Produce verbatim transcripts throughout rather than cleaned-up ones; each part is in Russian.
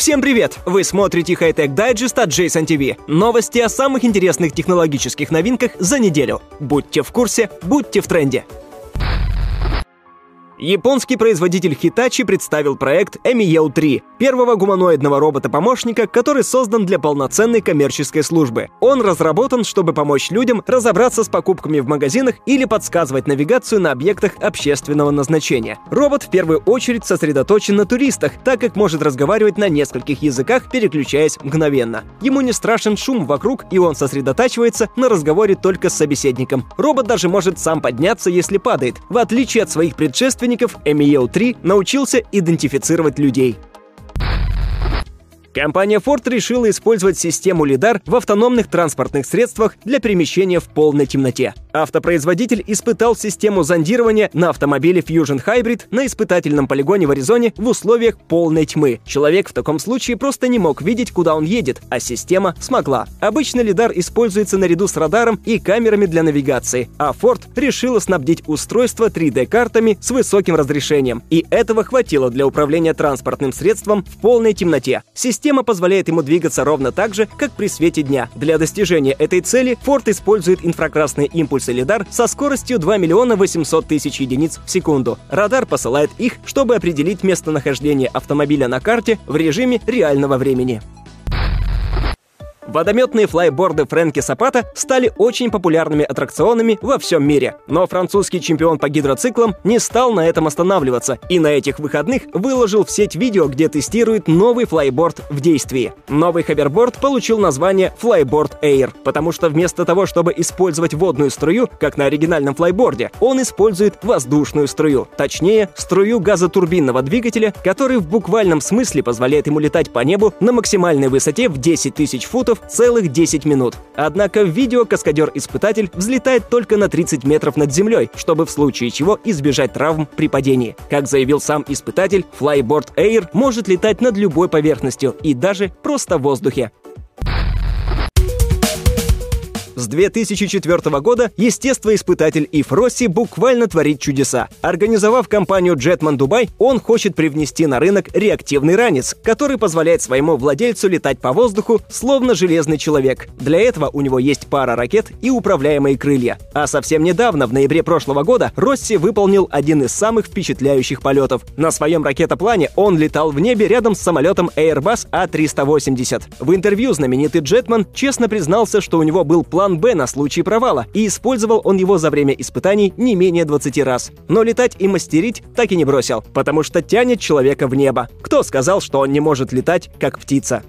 Всем привет! Вы смотрите High-Tech Digest от Джейсон ти ви. Новости о самых интересных технологических новинках за неделю. Будьте в курсе, будьте в тренде. Японский производитель Hitachi представил проект Эмиеу три, первого гуманоидного робота-помощника, который создан для полноценной коммерческой службы. Он разработан, чтобы помочь людям разобраться с покупками в магазинах или подсказывать навигацию на объектах общественного назначения. Робот в первую очередь сосредоточен на туристах, так как может разговаривать на нескольких языках, переключаясь мгновенно. Ему не страшен шум вокруг, и он сосредотачивается на разговоре только с собеседником. Робот даже может сам подняться, если падает. В отличие от своих предшественников, Эмиеу три научился идентифицировать людей. Компания Ford решила использовать систему лидар в автономных транспортных средствах для перемещения в полной темноте. Автопроизводитель испытал систему зондирования на автомобиле Fusion Hybrid на испытательном полигоне в Аризоне в условиях полной тьмы. Человек в таком случае просто не мог видеть, куда он едет, а система смогла. Обычно лидар используется наряду с радаром и камерами для навигации, а Ford решила снабдить устройство три дэ-картами с высоким разрешением, и этого хватило для управления транспортным средством в полной темноте. Система позволяет ему двигаться ровно так же, как при свете дня. Для достижения этой цели Ford использует инфракрасные импульсы лидар со скоростью два миллиона восемьсот тысяч единиц в секунду. Радар посылает их, чтобы определить местонахождение автомобиля на карте в режиме реального времени. Водометные флайборды Фрэнки Сапата стали очень популярными аттракционами во всем мире. Но французский чемпион по гидроциклам не стал на этом останавливаться и на этих выходных выложил в сеть видео, где тестирует новый флайборд в действии. Новый ховерборд получил название Flyboard Air, потому что вместо того, чтобы использовать водную струю, как на оригинальном флайборде, он использует воздушную струю. Точнее, струю газотурбинного двигателя, который в буквальном смысле позволяет ему летать по небу на максимальной высоте в десять тысяч футов целых десять минут. Однако в видео каскадер-испытатель взлетает только на тридцать метров над землей, чтобы в случае чего избежать травм при падении. Как заявил сам испытатель, Flyboard Air может летать над любой поверхностью и даже просто в воздухе. С две тысячи четвёртого года естествоиспытатель Ив Росси буквально творит чудеса. Организовав компанию Jetman Dubai, он хочет привнести на рынок реактивный ранец, который позволяет своему владельцу летать по воздуху, словно железный человек. Для этого у него есть пара ракет и управляемые крылья. А совсем недавно, в ноябре прошлого года, Росси выполнил один из самых впечатляющих полетов. На своем ракетоплане он летал в небе рядом с самолетом Airbus А триста восемьдесят. В интервью знаменитый Jetman честно признался, что у него был план Б на случай провала, и использовал он его за время испытаний не менее двадцати раз. Но летать и мастерить так и не бросил, потому что тянет человека в небо. Кто сказал, что он не может летать, как птица?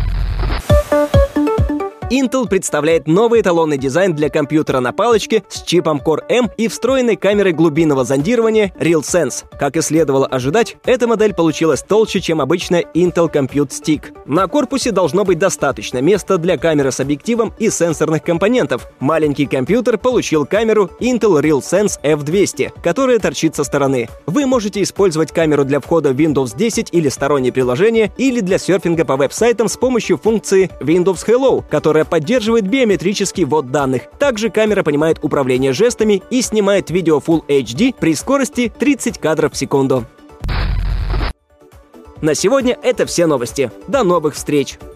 Intel представляет новый эталонный дизайн для компьютера на палочке с чипом Core M и встроенной камерой глубинного зондирования RealSense. Как и следовало ожидать, эта модель получилась толще, чем обычная Intel Compute Stick. На корпусе должно быть достаточно места для камеры с объективом и сенсорных компонентов. Маленький компьютер получил камеру Intel RealSense эф двести, которая торчит со стороны. Вы можете использовать камеру для входа в Windows десять или сторонние приложения, или для серфинга по веб-сайтам с помощью функции Windows Hello, которая поддерживает биометрический ввод данных. Также камера понимает управление жестами и снимает видео Full эйч ди при скорости тридцать кадров в секунду. На сегодня это все новости. До новых встреч!